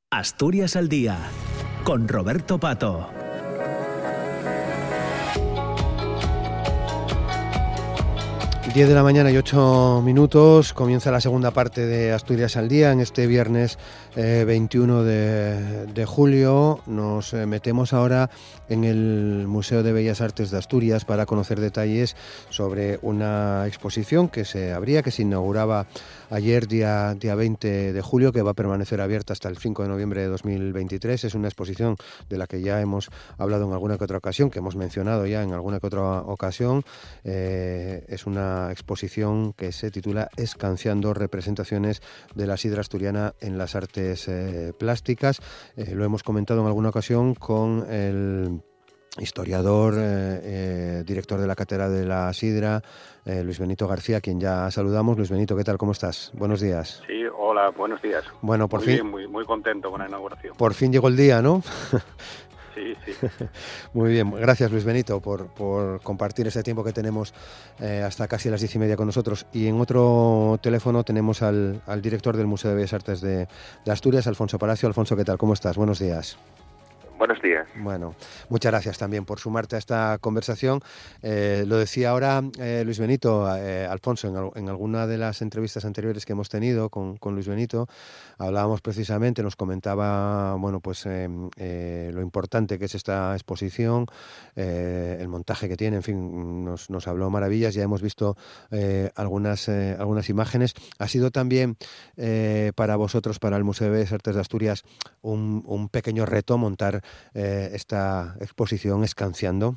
Asturias al día, con Roberto Pato. Diez de la mañana y 8 minutos, comienza la segunda parte de Asturias al día. En este viernes 21 de julio nos metemos ahora en el Museo de Bellas Artes de Asturias para conocer detalles sobre una exposición que se inauguraba ayer, día 20 de julio, que va a permanecer abierta hasta el 5 de noviembre de 2023. Es una exposición de la que ya hemos hablado en alguna que otra ocasión, que hemos mencionado ya en alguna que otra ocasión. Es una exposición que se titula Escanciando, representaciones de la sidra asturiana en las artes plásticas. Lo hemos comentado en alguna ocasión con el historiador, director de la Cátedra de la Sidra, Luis Benito García, quien ya saludamos. Luis Benito, ¿qué tal? ¿Cómo estás? Buenos días. Sí, hola, buenos días. Bueno, por fin. Bien, muy contento con la inauguración. Por fin llegó el día, ¿no? Sí. Muy bien, gracias Luis Benito por compartir este tiempo que tenemos hasta casi las 10:30 con nosotros. Y en otro teléfono tenemos al director del Museo de Bellas Artes de Asturias, Alfonso Palacio. Alfonso, ¿qué tal? ¿Cómo estás? Buenos días. Buenos días. Bueno, muchas gracias también por sumarte a esta conversación. Lo decía ahora Luis Benito, Alfonso, en alguna de las entrevistas anteriores que hemos tenido con Luis Benito, hablábamos precisamente, nos comentaba lo importante que es esta exposición, el montaje que tiene, en fin, nos habló maravillas. Ya hemos visto algunas imágenes. Ha sido también para vosotros, para el Museo de Bellas Artes de Asturias, un pequeño reto montar esta exposición Escanciando.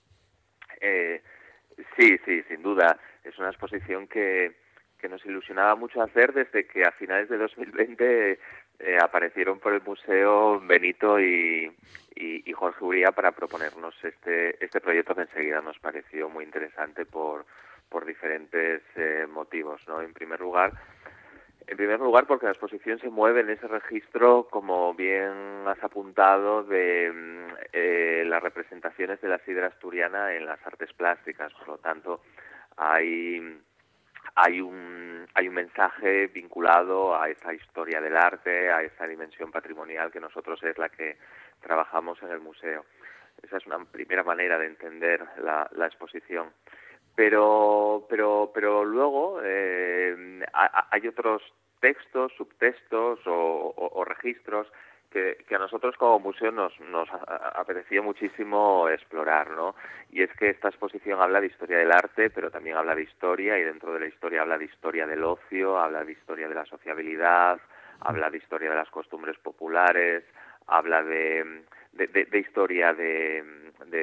Sí, sin duda. Es una exposición que nos ilusionaba mucho hacer desde que a finales de 2020 aparecieron por el museo Benito y Jorge Uría para proponernos este proyecto, que enseguida nos pareció muy interesante por diferentes motivos, ¿no? En primer lugar, porque la exposición se mueve en ese registro, como bien has apuntado, de las representaciones de la sidra asturiana en las artes plásticas. Por lo tanto, hay un mensaje vinculado a esa historia del arte, a esa dimensión patrimonial que nosotros es la que trabajamos en el museo. Esa es una primera manera de entender la exposición. Pero luego hay otros textos, subtextos o registros que a nosotros como museo nos apeteció muchísimo explorar, ¿no? Y es que esta exposición habla de historia del arte, pero también habla de historia, y dentro de la historia habla de historia del ocio, habla de historia de la sociabilidad, habla de historia de las costumbres populares, habla de historia de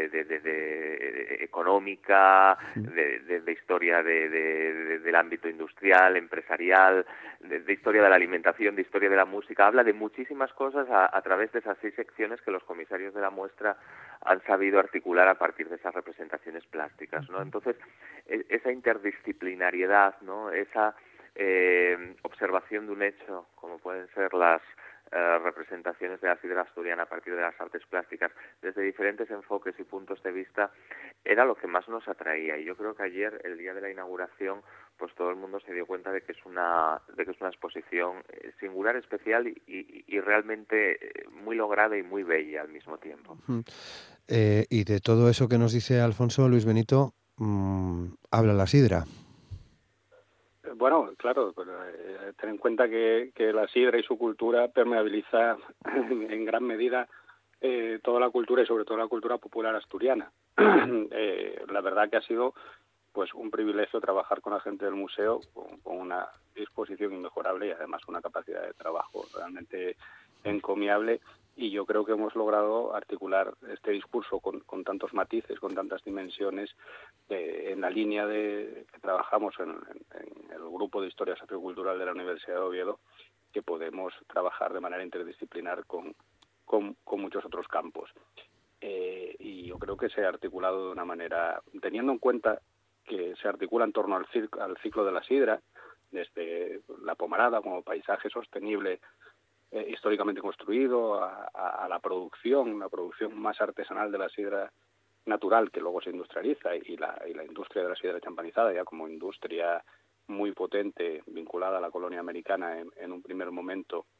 económica, de historia del ámbito industrial, empresarial, de historia de la alimentación, de historia de la música. Habla de muchísimas cosas a través de esas 6 secciones que los comisarios de la muestra han sabido articular a partir de esas representaciones plásticas, ¿no? Entonces, esa interdisciplinariedad, ¿no? Esa observación de un hecho, como pueden ser las representaciones de la sidra asturiana a partir de las artes plásticas desde diferentes enfoques y puntos de vista, era lo que más nos atraía. Y yo creo que ayer, el día de la inauguración, pues todo el mundo se dio cuenta de que es una exposición singular, especial y realmente muy lograda y muy bella al mismo tiempo. Y de todo eso que nos dice Alfonso, Luis Benito, habla la sidra. Bueno, claro, ten en cuenta que la sidra y su cultura permeabiliza en gran medida toda la cultura y sobre todo la cultura popular asturiana. La verdad que ha sido pues un privilegio trabajar con la gente del museo, con una disposición inmejorable y además una capacidad de trabajo realmente encomiable. Y yo creo que hemos logrado articular este discurso con tantos matices, con tantas dimensiones, en la línea que trabajamos en el grupo de Historia Sociocultural de la Universidad de Oviedo, que podemos trabajar de manera interdisciplinar con muchos otros campos. Y yo creo que se ha articulado de una manera, teniendo en cuenta que se articula en torno al ciclo de la sidra, desde la pomarada como paisaje sostenible, históricamente construido, a la producción más artesanal de la sidra natural, que luego se industrializa, y la industria de la sidra champanizada ya como industria muy potente vinculada a la colonia americana en un primer momento,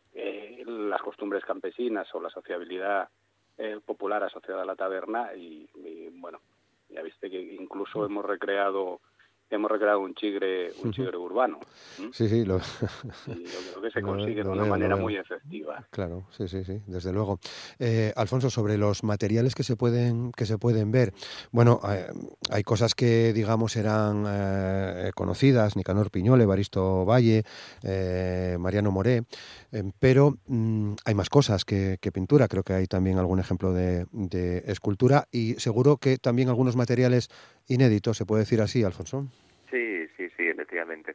las costumbres campesinas o la sociabilidad popular asociada a la taberna y bueno, ya viste que incluso hemos recreado un chigre urbano. Sí, sí, Y yo creo que se consigue de una lo manera veo. muy efectiva. Claro, sí, desde luego. Alfonso, sobre los materiales que se pueden ver, bueno, hay cosas que, digamos, eran conocidas, Nicanor Piñol, Evaristo Valle, Mariano Moré, pero hay más cosas que pintura. Creo que hay también algún ejemplo de escultura y seguro que también algunos materiales inéditos, ¿se puede decir así, Alfonso? Sí, efectivamente.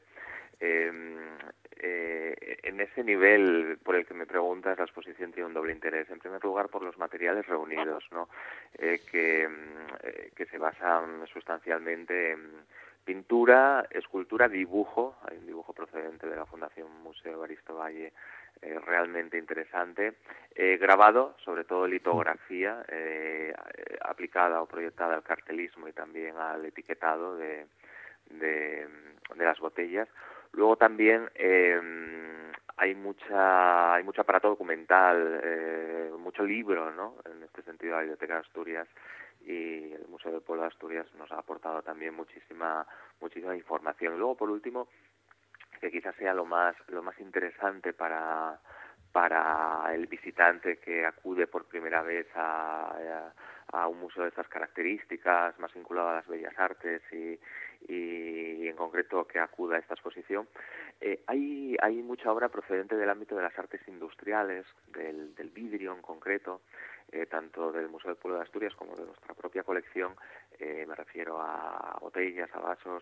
En ese nivel por el que me preguntas, la exposición tiene un doble interés. En primer lugar, por los materiales reunidos, ¿no? Que se basan sustancialmente en pintura, escultura, dibujo. Hay un dibujo procedente de la Fundación Museo Evaristo Valle, realmente interesante. Grabado, sobre todo litografía, aplicada o proyectada al cartelismo y también al etiquetado de las botellas. Luego también hay mucho aparato documental, mucho libro, ¿no? En este sentido, la Biblioteca de Asturias y el Museo del Pueblo de Asturias nos ha aportado también muchísima información. Y luego, por último, que quizás sea lo más interesante para el visitante que acude por primera vez a un museo de estas características, más vinculado a las bellas artes y en concreto que acuda a esta exposición. Hay mucha obra procedente del ámbito de las artes industriales, del vidrio en concreto, tanto del Museo del Pueblo de Asturias como de nuestra propia colección. Me refiero a botellas, a vasos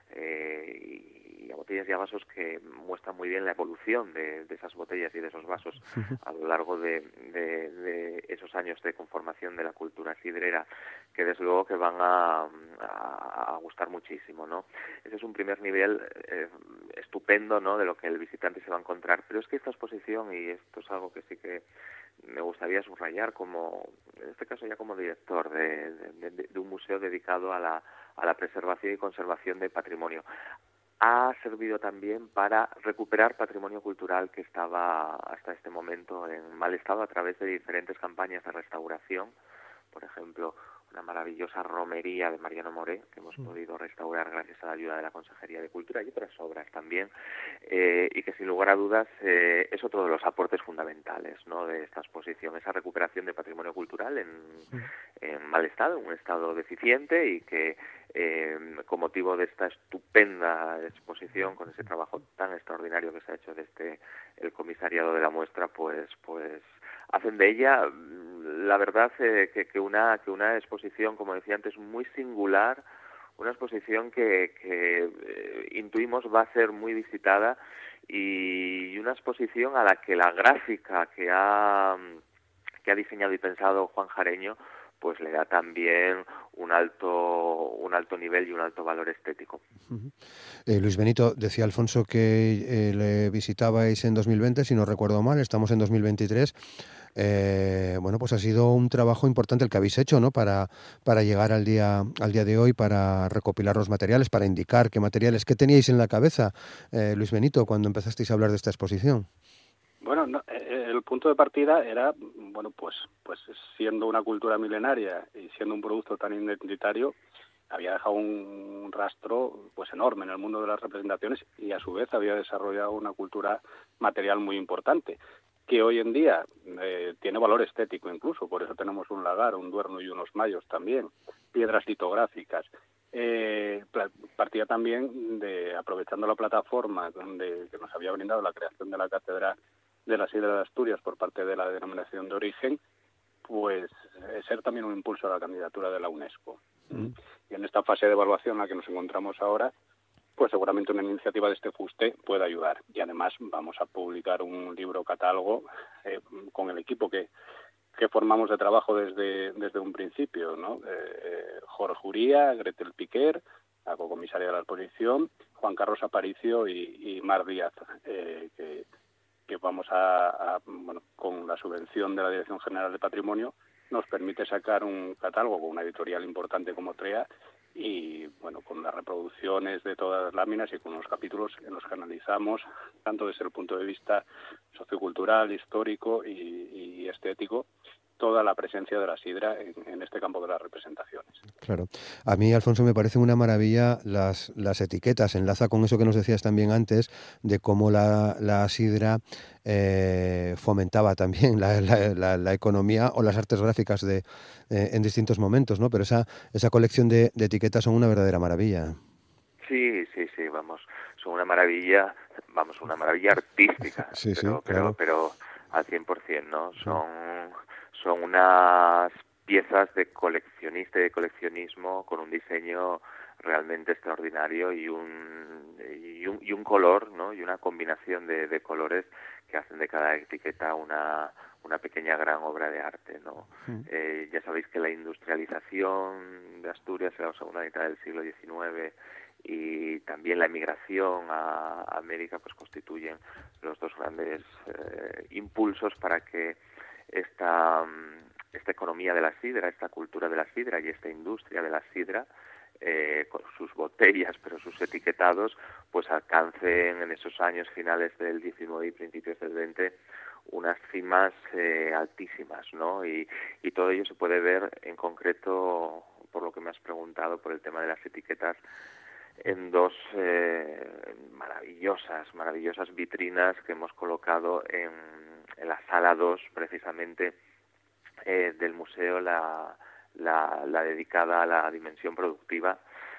y a botellas y a vasos que muestran muy bien la evolución de esas botellas y de esos vasos a lo largo de esos años de conformación de la cultura sidrera, que desde luego que van a gustar muchísimo, ¿no? Ese es un primer nivel estupendo, ¿no?, de lo que el visitante se va a encontrar. Pero es que esta exposición, y esto es algo que sí que me gustaría subrayar como, en este caso ya como director de un museo dedicado a la preservación y conservación de patrimonio, ha servido también para recuperar patrimonio cultural que estaba hasta este momento en mal estado a través de diferentes campañas de restauración. Por ejemplo, una maravillosa romería de Mariano Moré, que hemos podido restaurar gracias a la ayuda de la Consejería de Cultura, y otras obras también, y que sin lugar a dudas es otro de los aportes fundamentales, ¿no?, de esta exposición, esa recuperación de patrimonio cultural en mal estado, en un estado deficiente, y que con motivo de esta estupenda exposición, con ese trabajo tan extraordinario que se ha hecho desde el comisariado de la muestra, pues hacen de ella, la verdad, que una exposición, como decía antes, muy singular, una exposición que intuimos va a ser muy visitada, y una exposición a la que la gráfica que ha diseñado y pensado Juan Jareño pues le da también un alto nivel y un alto valor estético. Luis Benito, decía Alfonso que le visitabais en 2020, si no recuerdo mal, estamos en 2023. Bueno, pues ha sido un trabajo importante el que habéis hecho, ¿no?, para llegar al día de hoy, para recopilar los materiales, para indicar qué teníais en la cabeza, Luis Benito, cuando empezasteis a hablar de esta exposición. Bueno, el punto de partida era, bueno, pues siendo una cultura milenaria y siendo un producto tan identitario, había dejado un rastro pues enorme en el mundo de las representaciones, y a su vez había desarrollado una cultura material muy importante, que hoy en día tiene valor estético incluso. Por eso tenemos un lagar, un duerno y unos mayos también, piedras litográficas. Partía también de, aprovechando la plataforma que nos había brindado la creación de la Cátedra de la Sidra de Asturias por parte de la denominación de origen, pues ser también un impulso a la candidatura de la UNESCO. Y en esta fase de evaluación en la que nos encontramos ahora, pues seguramente una iniciativa de este fuste puede ayudar. Y además vamos a publicar un libro catálogo con el equipo que formamos de trabajo desde un principio, ¿no? Jorge Uría, Gretel Piquer, la cocomisaria de la exposición, Juan Carlos Aparicio y Mar Díaz, que vamos bueno, con la subvención de la Dirección General de Patrimonio, nos permite sacar un catálogo con una editorial importante como TREA, y bueno, con las reproducciones de todas las láminas y con los capítulos en los que analizamos, tanto desde el punto de vista sociocultural, histórico y estético, toda la presencia de la sidra en este campo de las representaciones. Claro. A mí, Alfonso, me parecen una maravilla las etiquetas. Enlaza con eso que nos decías también antes, de cómo la sidra fomentaba también la economía o las artes gráficas en distintos momentos, ¿no? Pero esa colección de etiquetas son una verdadera maravilla. Sí, vamos, son una maravilla artística, Sí, claro. pero al 100%, ¿no? Son unas piezas de coleccionista y de coleccionismo con un diseño realmente extraordinario y un color, ¿no? Y una combinación de colores que hacen de cada etiqueta una pequeña gran obra de arte, ¿no? Ya sabéis que la industrialización de Asturias en la segunda mitad del siglo XIX y también la emigración a América pues constituyen los dos grandes impulsos para que esta economía de la sidra, esta cultura de la sidra y esta industria de la sidra, con sus botellas, pero sus etiquetados, pues alcancen en esos años finales del XIX y principios del XX unas cimas altísimas, ¿no? Y todo ello se puede ver en concreto, por lo que me has preguntado, por el tema de las etiquetas, en dos maravillosas vitrinas que hemos colocado en la sala 2, precisamente, del museo, la dedicada a la dimensión productiva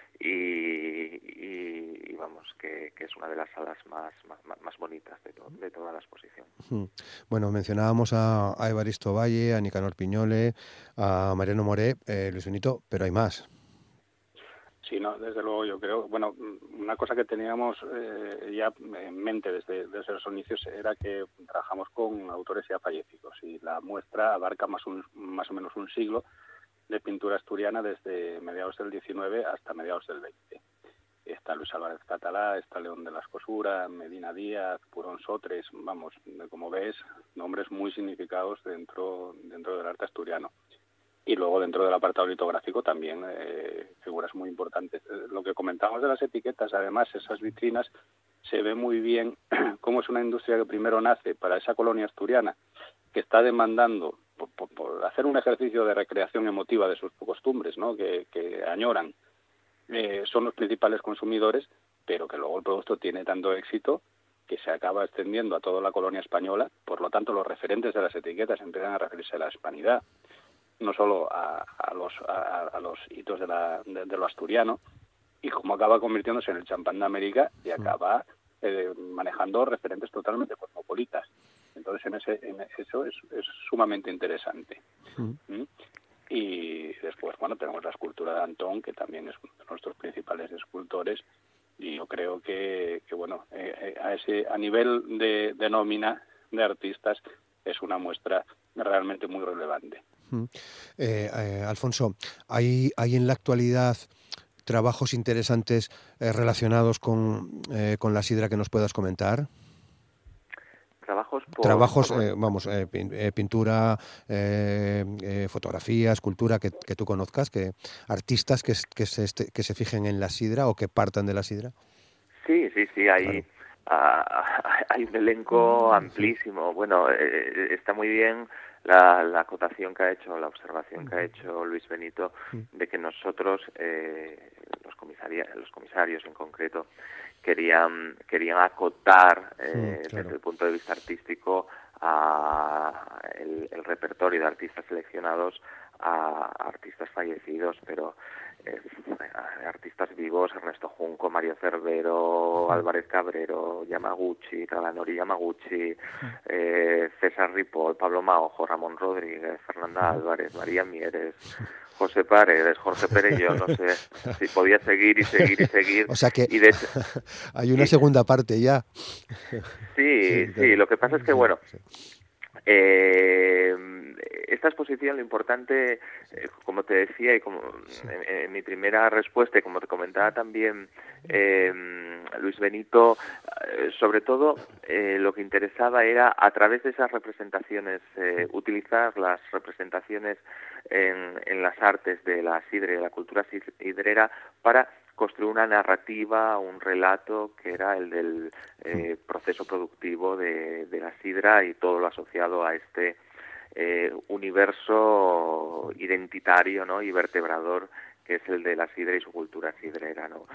y vamos, que es una de las salas más bonitas de toda la exposición. Bueno, mencionábamos a Evaristo Valle, a Nicanor Piñole, a Mariano Moré, Luis Benito, pero hay más. Sí, no, desde luego yo creo, bueno, una cosa que teníamos ya en mente desde los inicios era que trabajamos con autores ya fallecidos y la muestra abarca más o menos un siglo de pintura asturiana desde mediados del XIX hasta mediados del XX. Está Luis Álvarez Catalá, está León de las Cosuras, Medina Díaz, Purón Sotres, vamos, como ves, nombres muy significados dentro del arte asturiano. Y luego dentro del apartado litográfico también figuras muy importantes. Lo que comentábamos de las etiquetas, además, esas vitrinas, se ve muy bien cómo es una industria que primero nace para esa colonia asturiana, que está demandando por hacer un ejercicio de recreación emotiva de sus costumbres, ¿no? que añoran. Son los principales consumidores, pero que luego el producto tiene tanto éxito que se acaba extendiendo a toda la colonia española. Por lo tanto, los referentes de las etiquetas empiezan a referirse a la hispanidad, no solo a los hitos de lo asturiano, y como acaba convirtiéndose en el champán de América y acaba manejando referentes totalmente cosmopolitas. Entonces, eso es sumamente interesante. Y después, bueno, tenemos la escultura de Antón, que también es uno de nuestros principales escultores, y yo creo que bueno, a nivel de nómina de artistas es una muestra realmente muy relevante. Alfonso, ¿hay en la actualidad trabajos interesantes relacionados con la sidra que nos puedas comentar? Pintura, fotografía, escultura que tú conozcas, que artistas que se fijen en la sidra o que partan de la sidra. Sí, hay, hay un elenco amplísimo. Bueno, está muy bien la acotación que ha hecho, la observación que ha hecho Luis Benito, de que nosotros, los comisarios en concreto, querían acotar desde el punto de vista artístico el repertorio de artistas seleccionados a artistas fallecidos, pero artistas vivos: Ernesto Junco, Mario Cervero, Álvarez Cabrero, Yamaguchi, Tadanori Yamaguchi, César Ripoll, Pablo Maojo, Ramón Rodríguez, Fernanda Álvarez, María Mieres, José Paredes, Jorge Perelló, no sé si podía seguir y seguir. O sea que y de hecho, hay una segunda parte ya. Sí, lo que pasa es que, bueno, esta exposición lo importante, como te decía y como en mi primera respuesta y como te comentaba también Luis Benito, sobre todo lo que interesaba era a través de esas representaciones, utilizar las representaciones en las artes de la sidra y de la cultura sidrera para construir una narrativa, un relato que era el del proceso productivo de la sidra y todo lo asociado a este universo identitario, ¿no?, y vertebrador que es el de la sidra y su cultura sidrera, ¿no?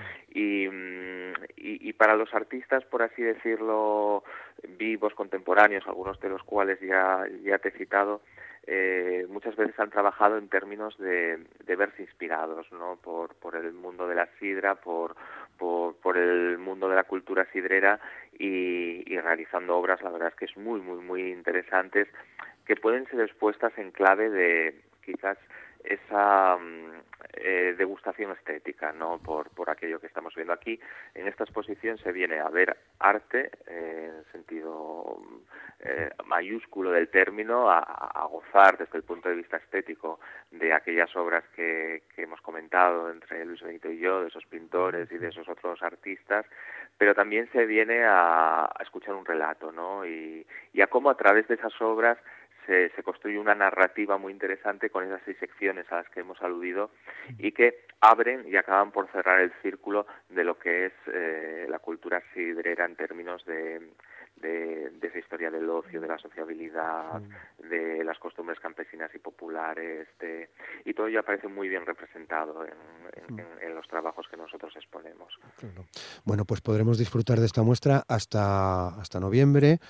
Y para los artistas, por así decirlo, vivos, contemporáneos, algunos de los cuales ya te he citado, muchas veces han trabajado en términos de verse inspirados, ¿no?, por el mundo de la sidra, por el mundo de la cultura sidrera y realizando obras, la verdad es que es muy, muy, muy interesantes, que pueden ser expuestas en clave de quizás esa degustación estética, ¿no?, por aquello que estamos viendo aquí. En esta exposición se viene a ver arte en sentido mayúsculo del término, a gozar desde el punto de vista estético de aquellas obras que hemos comentado entre Luis Benito y yo, de esos pintores y de esos otros artistas, pero también se viene a escuchar un relato, ¿no?, y a cómo a través de esas obras se construye una narrativa muy interesante con esas 6 secciones a las que hemos aludido y que abren y acaban por cerrar el círculo de lo que es la cultura sidrera en términos de esa historia del ocio, de la sociabilidad, de las costumbres campesinas y populares, y todo ello aparece muy bien representado en los trabajos que nosotros exponemos. Claro. Bueno, pues podremos disfrutar de esta muestra hasta noviembre.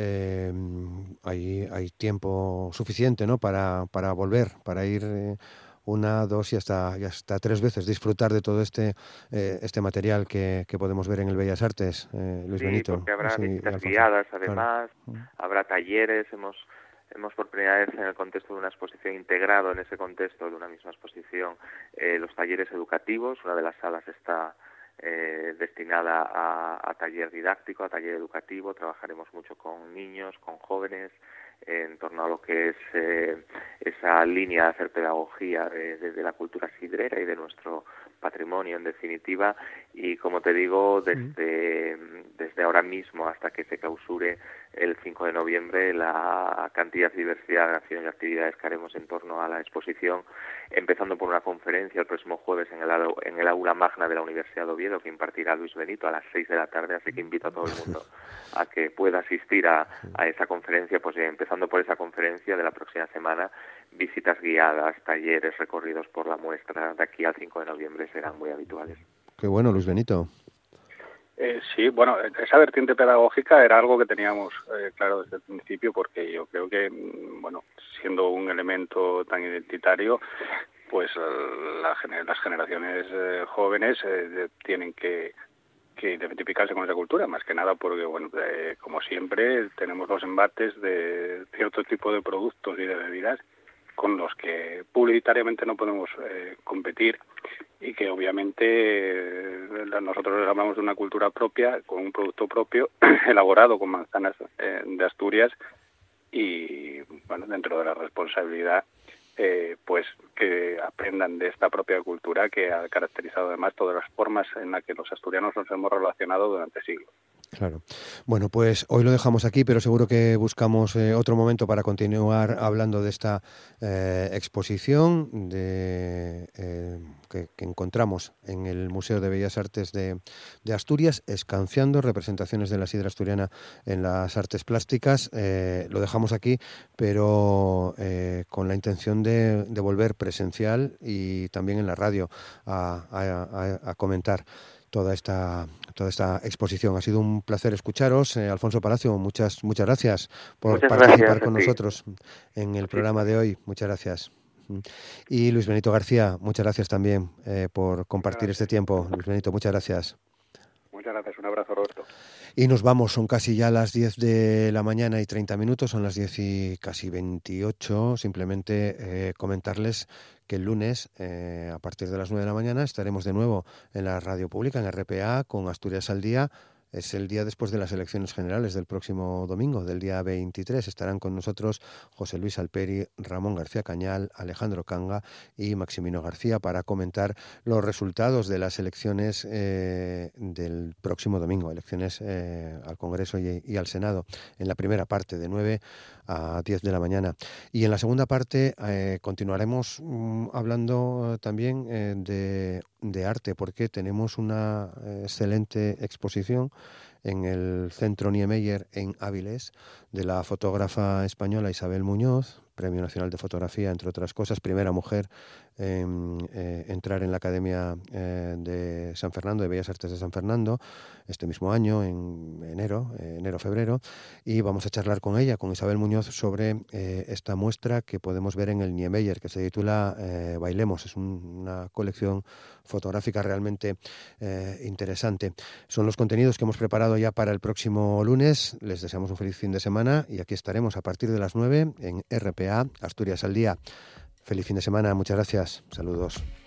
Hay tiempo suficiente, ¿no?, para volver, para ir 1, 2 y hasta 3 veces, disfrutar de todo este material que podemos ver en el Bellas Artes, Luis Benito. Sí, porque habrá visitas Alfonso. guiadas, además, claro. habrá talleres, hemos por primera vez en el contexto de una exposición integrado en ese contexto de una misma exposición los talleres educativos. Una de las salas está destinada a taller didáctico, a taller educativo. Trabajaremos mucho con niños, con jóvenes, en torno a lo que es esa línea de hacer pedagogía de la cultura sidrera y de nuestro patrimonio, en definitiva. Y como te digo, desde ahora mismo hasta que se clausure el 5 de noviembre, la cantidad y diversidad de acciones y actividades que haremos en torno a la exposición, empezando por una conferencia el próximo jueves en el aula magna de la Universidad de Oviedo, que impartirá Luis Benito a las 6 de la tarde, así que invito a todo el mundo a que pueda asistir a esa conferencia. Pues empezando por esa conferencia de la próxima semana, visitas guiadas, talleres, recorridos por la muestra de aquí al 5 de noviembre serán muy habituales. Qué bueno, Luis Benito. Sí, bueno, esa vertiente pedagógica era algo que teníamos claro desde el principio, porque yo creo que, bueno, siendo un elemento tan identitario, pues las generaciones jóvenes tienen que identificarse con esa cultura, más que nada porque, bueno, como siempre, tenemos los embates de cierto tipo de productos y de bebidas con los que publicitariamente no podemos competir, y que obviamente nosotros hablamos de una cultura propia, con un producto propio, elaborado con manzanas de Asturias, y bueno, dentro de la responsabilidad, pues que aprendan de esta propia cultura que ha caracterizado además todas las formas en las que los asturianos nos hemos relacionado durante siglos. Claro. Bueno, pues hoy lo dejamos aquí, pero seguro que buscamos otro momento para continuar hablando de esta exposición que encontramos en el Museo de Bellas Artes de Asturias, Escanciando, representaciones de la sidra asturiana en las artes plásticas. Lo dejamos aquí, pero con la intención de volver presencial y también en la radio a comentar toda esta exposición. Ha sido un placer escucharos. Alfonso Palacio, muchas gracias por participar con nosotros en el programa de hoy. Muchas gracias. Y Luis Benito García, muchas gracias también por compartir este tiempo. Luis Benito, muchas gracias. Muchas gracias. Un abrazo, Roberto. Y nos vamos, son casi ya las 10 de la mañana y 30 minutos, son las 10 y casi 28. Simplemente comentarles que el lunes, a partir de las 9 de la mañana, estaremos de nuevo en la radio pública, en RPA, con Asturias al Día, Es el día después de las elecciones generales del próximo domingo, del día 23. Estarán con nosotros José Luis Alperi, Ramón García Cañal, Alejandro Canga y Maximino García para comentar los resultados de las elecciones del próximo domingo, elecciones al Congreso y al Senado, en la primera parte de 9 a 10 de la mañana. Y en la segunda parte continuaremos hablando también de arte, porque tenemos una excelente exposición en el Centro Niemeyer en Áviles, de la fotógrafa española Isabel Muñoz, Premio Nacional de Fotografía, entre otras cosas, primera mujer en entrar en la Academia de San Fernando, de Bellas Artes de San Fernando, este mismo año, en enero-febrero, y vamos a charlar con ella, con Isabel Muñoz, sobre esta muestra que podemos ver en el Niemeyer, que se titula Bailemos. Es una colección fotográfica realmente interesante. Son los contenidos que hemos preparado ya para el próximo lunes. Les deseamos un feliz fin de semana y aquí estaremos a partir de las 9 en RPA, Asturias al Día. Feliz fin de semana, muchas gracias. Saludos.